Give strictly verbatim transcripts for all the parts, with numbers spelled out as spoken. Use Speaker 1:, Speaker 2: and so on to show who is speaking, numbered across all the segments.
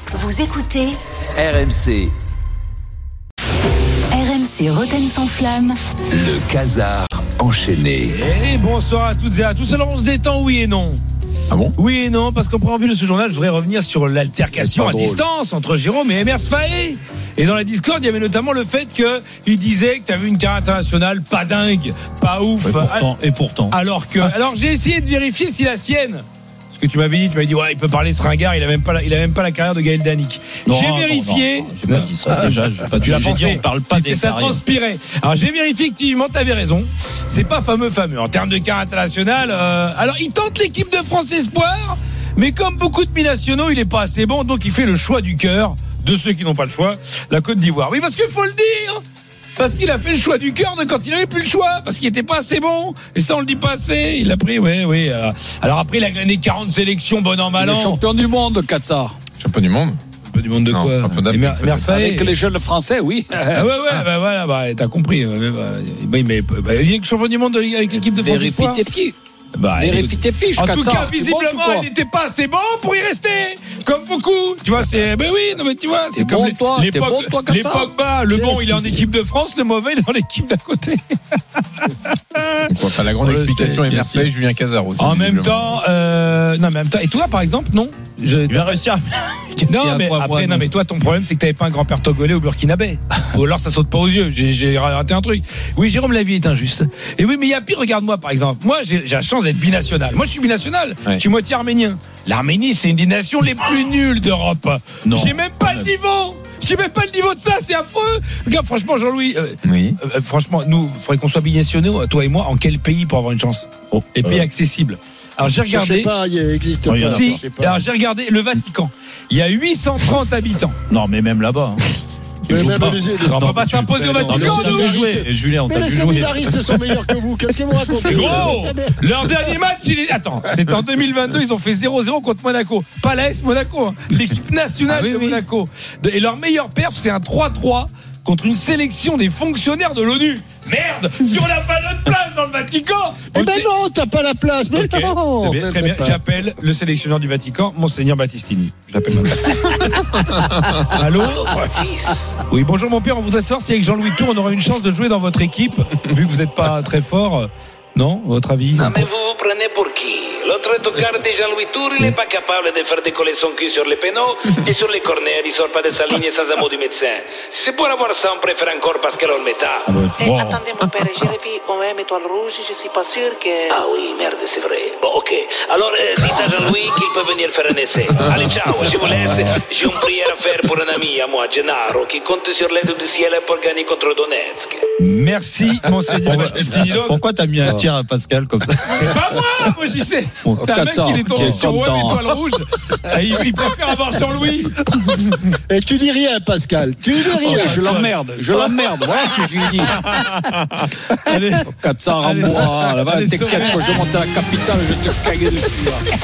Speaker 1: Vous écoutez
Speaker 2: R M C.
Speaker 1: R M C Roten sans flamme.
Speaker 2: Le Casar enchaîné.
Speaker 3: Et bonsoir à toutes et à tous. Alors on se détend, oui et non.
Speaker 4: Ah bon ?
Speaker 3: Oui et non, parce qu'en préambule de ce journal, je voudrais revenir sur l'altercation à distance entre Jérôme et Emers Faé. Et dans la Discord, il y avait notamment le fait qu'il disait que tu avais une carrière internationale pas dingue, pas ouf.
Speaker 4: Et pourtant, et pourtant.
Speaker 3: Alors que, alors j'ai essayé de vérifier si la sienne. Ce que tu m'avais dit, tu m'avais dit ouais, il peut parler ce ringard, il a même pas, la, il a même pas la carrière de Gaël Danic. J'ai
Speaker 4: non,
Speaker 3: vérifié.
Speaker 4: Non, non, j'ai pas dit ça déjà. J'ai pas
Speaker 3: tu l'as
Speaker 4: j'ai
Speaker 3: pensé.
Speaker 4: dit, on parle pas des
Speaker 3: ça
Speaker 4: carrières.
Speaker 3: transpirait. Alors j'ai vérifié effectivement, t'avais raison. C'est pas fameux fameux en termes de carrière internationale. Euh, alors il tente l'équipe de France Espoir, mais comme beaucoup de binationaux, il est pas assez bon, donc il fait le choix du cœur de ceux qui n'ont pas le choix, la Côte d'Ivoire. Oui, parce qu'il faut le dire. Parce qu'il a fait le choix du cœur de quand il avait plus le choix, parce qu'il était pas assez bon. Et ça, on le dit pas assez. Il l'a pris, oui, oui. Alors après, il a gagné quarante sélections, bon an, mal an.
Speaker 5: Il est champion du monde, Katsar.
Speaker 4: Champion du monde.
Speaker 3: Champion du monde de
Speaker 4: non,
Speaker 3: quoi?
Speaker 4: Emers
Speaker 3: Faé.
Speaker 5: Avec les jeunes français, oui.
Speaker 3: Ah ouais, ouais, bah voilà, bah, t'as compris. Bah, bah, mais, bah, il est champion du monde avec l'équipe de France.
Speaker 5: Vérifie tes fiches.
Speaker 3: Bah,
Speaker 5: Vérifie tes fiches,
Speaker 3: en
Speaker 5: Katsar.
Speaker 3: tout cas, visiblement, bon, il n'était pas assez bon pour y rester. Comme beaucoup. Tu vois, c'est, ben oui, non, mais tu vois, c'est
Speaker 5: t'es
Speaker 3: comme
Speaker 5: bon, toi,
Speaker 3: l'époque,
Speaker 5: bon, toi,
Speaker 3: l'époque Pogba. Le bon, il est en équipe de France, le mauvais, il est dans l'équipe d'à côté.
Speaker 4: Enfin, la grande explication, Emers Faé, Julien Casar aussi.
Speaker 3: En même temps, euh, non, mais en même temps, et toi, par exemple, non? Je,
Speaker 4: il va réussir.
Speaker 3: Non, mais après, moi, non, mais toi, ton problème, c'est que t'avais pas un grand-père togolais au burkinabé. Ou alors, ça saute pas aux yeux. J'ai, j'ai raté un truc. Oui, Jérôme, la vie est injuste. Et oui, mais il y a pire, regarde-moi, par exemple. Moi, j'ai, j'ai la chance d'être binational. Moi, je suis binational. Ouais. Je suis moitié arménien. L'Arménie, c'est une des nations les plus nulles d'Europe. Non. J'ai même pas le niveau. J'ai même pas le niveau de ça, c'est affreux. Regarde, franchement, Jean-Louis. Euh, oui. Euh, franchement, nous, il faudrait qu'on soit binationaux, toi et moi, en quel pays pour avoir une chance? Oh, Et pays euh... accessibles. Alors j'ai regardé.
Speaker 6: Je sais pas, il existe pas.
Speaker 3: Si, alors j'ai regardé le Vatican. Il y a huit cent trente habitants.
Speaker 4: Non, mais même là-bas. Hein.
Speaker 6: Mais même
Speaker 3: pas. On ne va pas s'imposer au Vatican, nous.
Speaker 6: Jouer. Julien, on mais les séminaristes sont meilleurs que vous. Qu'est-ce que vous racontez?
Speaker 3: Gros, leur dernier match, il est. Attends, c'est en deux mille vingt-deux, ils ont fait zéro zéro contre Monaco. Pas l'A S Monaco, hein. L'équipe nationale ah, oui, de oui. Monaco. Et leur meilleur perf, c'est un trois trois contre une sélection des fonctionnaires de l'ONU. Merde, sur la pas notre place dans le Vatican.
Speaker 6: Eh ben non, t'as pas la place. Mais okay. non.
Speaker 3: Très bien, très bien. J'appelle le sélectionneur du Vatican, Monseigneur Battistini. Je l'appelle maintenant. Allô? Oui, bonjour mon père. On voudrait savoir si avec Jean-Louis Tour, on aura une chance de jouer dans votre équipe, vu que vous n'êtes pas très fort. Non, votre avis?
Speaker 7: Non, mais vous vous prenez pour qui? L'autre tocard de Jean-Louis Tour, il n'est pas capable de faire décoller son cul sur les pénaux et sur les corners, il sort pas de sa ligne sans un mot du médecin. Si c'est pour avoir ça, on préfère encore Pascal Olmeta.
Speaker 8: Ah, bon. eh, attendez, mon père, j'ai revu au même étoile rouge, je suis pas sûr que...
Speaker 7: Ah oui, merde, c'est vrai. Bon, ok. Alors, euh, dites à Jean-Louis qu'il peut venir faire un essai. Allez, ciao, je vous laisse. J'ai une prière à faire pour un ami à moi, Gennaro, qui compte sur l'aide du ciel pour gagner contre Donetsk.
Speaker 3: Merci, Monseigneur Battistini.
Speaker 4: Pourquoi t'as mis un tir à Pascal comme ça?
Speaker 3: C'est pas moi, moi j'y sais. Bon, c'est un mec qui est tombé sur Web Étoile Rouge. il, il préfère avoir Jean-Louis.
Speaker 6: Et tu dis rien, Pascal. Tu dis rien.
Speaker 5: Oh, je l'emmerde, je l'emmerde. Voilà ce que je lui dis.
Speaker 3: Allez,
Speaker 5: quatre cents rembois. Là-bas, t'inquiète, quand je monte à la capitale, je vais te caguer dessus.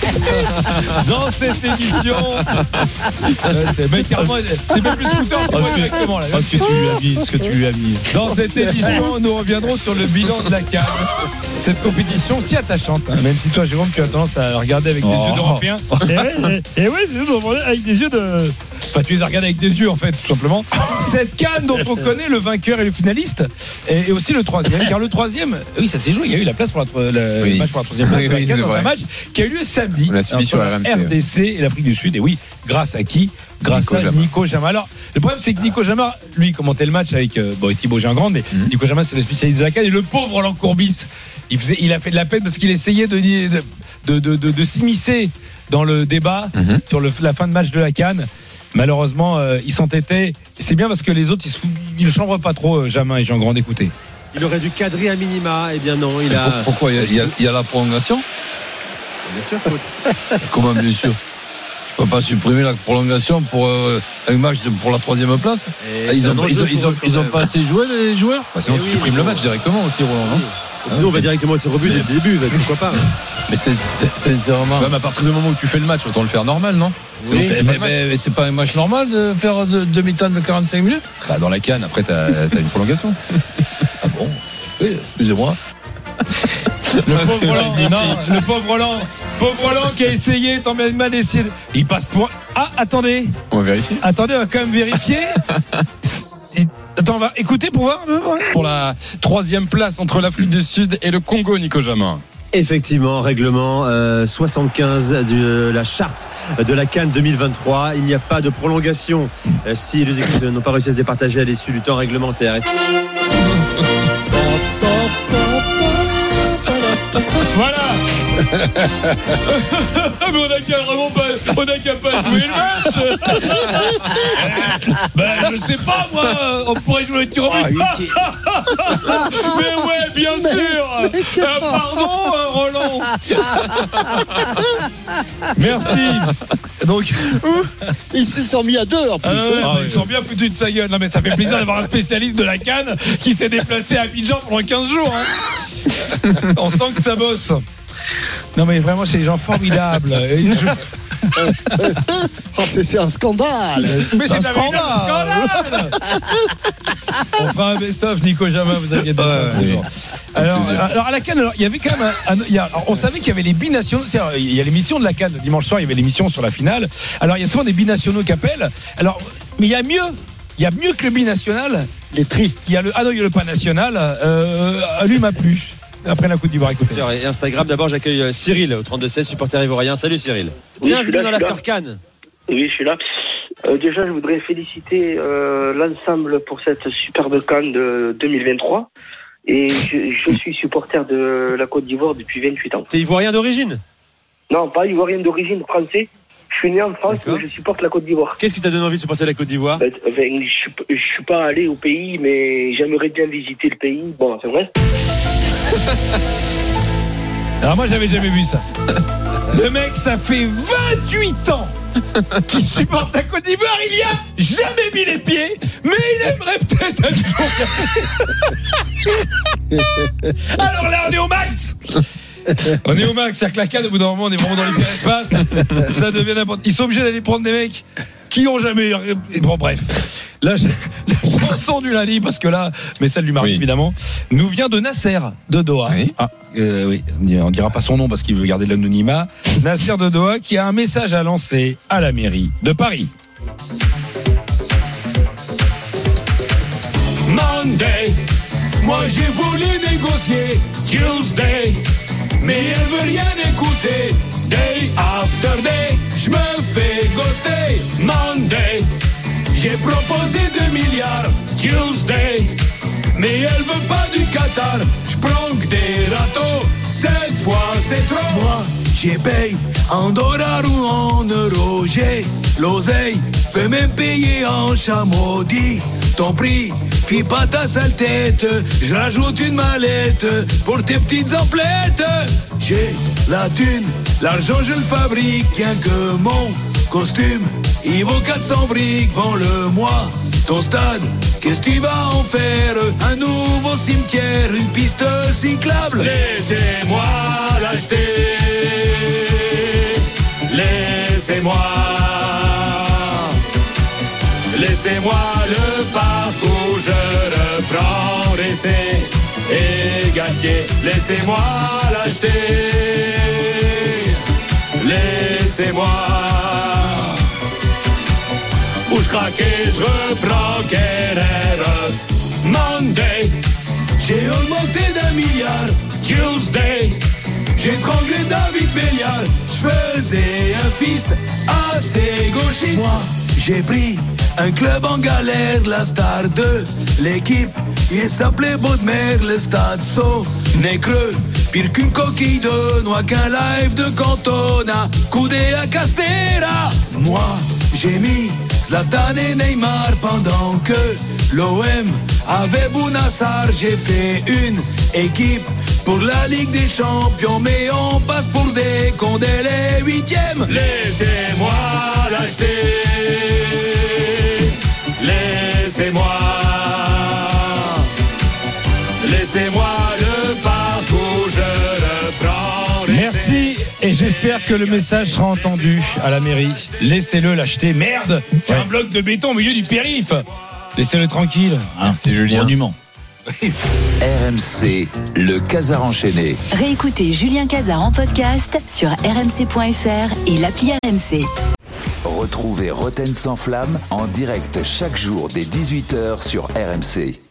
Speaker 5: Là.
Speaker 3: Dans cette édition, euh, c'est même c'est même plus scooter, c'est moi directement là.
Speaker 4: Parce que tu lui as mis, ce que tu lui as mis.
Speaker 3: Dans cette édition, nous reviendrons sur le bilan de la C A N. Cette compétition si attachante, hein, même si toi, Jérôme, tu as tendance à regarder avec des oh. yeux d'Européens. Et, et, et oui, c'est avec des yeux de. Enfin, tu les as regardés avec des yeux, en fait, tout simplement. Cette C A N dont on connaît le vainqueur et le finaliste, et, et aussi le troisième. Car le troisième, oui, ça s'est joué. Il y a eu la place pour la, le oui. match pour la troisième place oui, de la C A N oui, dans vrai. Un match qui a eu lieu samedi entre R D C et l'Afrique du Sud. Et oui, grâce à qui? Grâce Nico à Jama. Nico Jama. Alors, le problème, c'est que Nico Jama, lui, commentait le match avec euh, bon, Thibaut Gingran, mais mm-hmm. Nico Jama, c'est le spécialiste de la C A N. Et le pauvre Roland Courbis, il, faisait, il a fait de la peine parce qu'il essayait de, de, de, de, de, de s'immiscer dans le débat mm-hmm. sur le, la fin de match de la C A N. Malheureusement, euh, il s'entêtait. C'est bien parce que les autres, ils ne chambrent pas trop, euh, Jama et Gingran, d'écouter.
Speaker 9: Il aurait dû cadrer à minima. Eh bien, non. Il a...
Speaker 4: Pourquoi il y, a, il y a la prolongation?
Speaker 9: Bien sûr, coach.
Speaker 4: Comment, bien sûr? On ne peut pas supprimer la prolongation pour euh, un match de, pour la troisième place. Ah, ils n'ont ils ont, ils ont, ils ont pas assez joué, les joueurs. Bah, sinon, et tu oui, supprimes le match directement aussi, Roland. Oui.
Speaker 9: Ah, sinon, on va directement être rebut dès le début. Pourquoi pas?
Speaker 4: Mais c'est, c'est, c'est, c'est vraiment. Même à partir du moment où tu fais le match, autant le faire normal, non? Oui, c'est, mais, mais, mais c'est pas un match normal de faire de, demi-temps de quarante-cinq minutes? Bah, dans la C A N, après, t'as, t'as une prolongation. Ah bon? Oui, excusez-moi.
Speaker 3: Le pauvre Roland, non, le pauvre Roland, pauvre Roland qui a essayé, tant bien mal essayé. Il passe pour. Ah, attendez.
Speaker 4: On va vérifier.
Speaker 3: Attendez, on va quand même vérifier. Attends, on va écouter pour voir.
Speaker 10: Pour la troisième place entre l'Afrique du Sud et le Congo, Nico Jamin.
Speaker 9: Effectivement, règlement euh, soixante-quinze de la charte de la CAN deux mille vingt-trois. Il n'y a pas de prolongation euh, si les équipes n'ont pas réussi à se départager à l'issue du temps réglementaire.
Speaker 3: Voilà. Mais on n'a qu'à vraiment pas, on n'a qu'à pas jouer le match. Ben je sais pas moi, on pourrait jouer le tir au but. Mais ouais, bien sûr. Euh, pardon, euh, Roland. Merci. Donc,
Speaker 6: ils se sont mis à deux en plus.
Speaker 3: Ah ouais, ah, ils sont bien foutus de sa gueule. Non mais ça fait plaisir d'avoir un spécialiste de la CAN qui s'est déplacé à Abidjan pendant quinze jours. Hein. On sent que ça bosse. Non mais vraiment c'est des gens formidables. Je...
Speaker 6: oh, c'est, c'est un scandale.
Speaker 3: Mais c'est un scandale. scandale. On fera un best-of Nico Jamin, vous inquiétez pas. Ouais, ouais. Alors, alors à la CAN, alors, il y avait quand même un, un, il y a, alors, on savait qu'il y avait les binationaux. Il y a l'émission de la CAN dimanche soir, il y avait l'émission sur la finale. Alors il y a souvent des binationaux qui appellent. Alors mais il y a mieux. Il y a mieux que le binational.
Speaker 6: Les tri.
Speaker 3: Il y a le ah non, il y a le pas national. Euh, lui m'a plu. Après la Côte d'Ivoire, écoutez.
Speaker 9: Et Instagram, d'abord j'accueille Cyril au trente-deux seize, supporter ivoirien. Salut Cyril.
Speaker 11: Oui,
Speaker 9: bienvenue dans l'After CAN.
Speaker 11: Oui, je suis là. Euh, déjà, je voudrais féliciter euh, l'ensemble pour cette superbe CAN de deux mille vingt-trois. Et je, je suis supporter de la Côte d'Ivoire depuis vingt-huit ans.
Speaker 9: T'es ivoirien d'origine?
Speaker 11: Non, pas ivoirien d'origine, français. Je suis né en France, mais je supporte la Côte d'Ivoire.
Speaker 9: Qu'est-ce qui t'a donné envie de supporter la Côte d'Ivoire?
Speaker 11: ben, enfin, Je ne suis pas allé au pays, mais j'aimerais bien visiter le pays. Bon, c'est vrai.
Speaker 3: Alors moi j'avais jamais vu ça. Le mec ça fait vingt-huit ans qu'il supporte la Côte d'Ivoire, il y a jamais mis les pieds, mais il aimerait peut-être un jour. Alors là on est au max. On est au max, c'est-à-dire que la CAN au bout d'un moment on est vraiment dans l'hyperespace. Ça devient n'importe. Ils sont obligés d'aller prendre des mecs qui ont jamais. Bon bref. Là, la chanson du lundi, parce que là, mais celle du mardi oui. évidemment, nous vient de Nasser de Doha. Oui. Ah, euh, oui, on dira pas son nom parce qu'il veut garder l'anonymat. Nasser de Doha qui a un message à lancer à la mairie de Paris. Monday, moi j'ai voulu négocier. Tuesday, mais elle veut rien écouter. Day after day, je me fais ghoster. Monday, j'ai proposé deux milliards, Tuesday, mais elle veut pas du Qatar. J'prends que des râteaux, cette fois c'est trop. Moi, j'ai payé en dollars ou en euros. J'ai l'oseille, peux même payer en chamois-dit. Ton prix, fie pas ta sale tête. J'rajoute une mallette pour tes petites emplettes. J'ai la thune, l'argent je le fabrique. Rien que mon costume, il vaut quatre cents briques, vends-le-moi. Ton stade, qu'est-ce que tu vas en faire? Un nouveau cimetière, une piste cyclable. Laissez-moi l'acheter. Laissez-moi. Laissez-moi le parcours, je reprends l'essai et Galtier. Laissez-moi l'acheter. Laissez-moi. Où je craque et je reprends Kerrer. Monday, j'ai augmenté d'un milliard. Tuesday, j'ai étranglé David Béliard. Je faisais un fist assez gauchiste. Moi, j'ai pris un club en galère, la star de l'équipe. Il s'appelait Baudemer, le stade saut n'est creux. Pire qu'une coquille de noix, qu'un live de Cantona, coudé à Castera. Moi, j'ai mis Zlatan et Neymar pendant que l'O M avait Bounassar. J'ai fait une équipe pour la Ligue des Champions, mais on passe pour des cons dès les huitièmes. Laissez-moi l'acheter. Laissez-moi. Laissez-moi le parcours, je reprends. Merci et j'espère que le message sera entendu à la mairie. Laissez-le l'acheter. Merde, c'est ouais. un bloc de béton au milieu du périph'. Laissez-le tranquille.
Speaker 4: Ah, c'est Julien. Monument.
Speaker 2: R M C, le Casar enchaîné.
Speaker 1: Réécoutez Julien Casar en podcast sur r m c point f r et l'appli R M C.
Speaker 2: Retrouvez Roten sans flamme en direct chaque jour dès dix-huit heures sur R M C.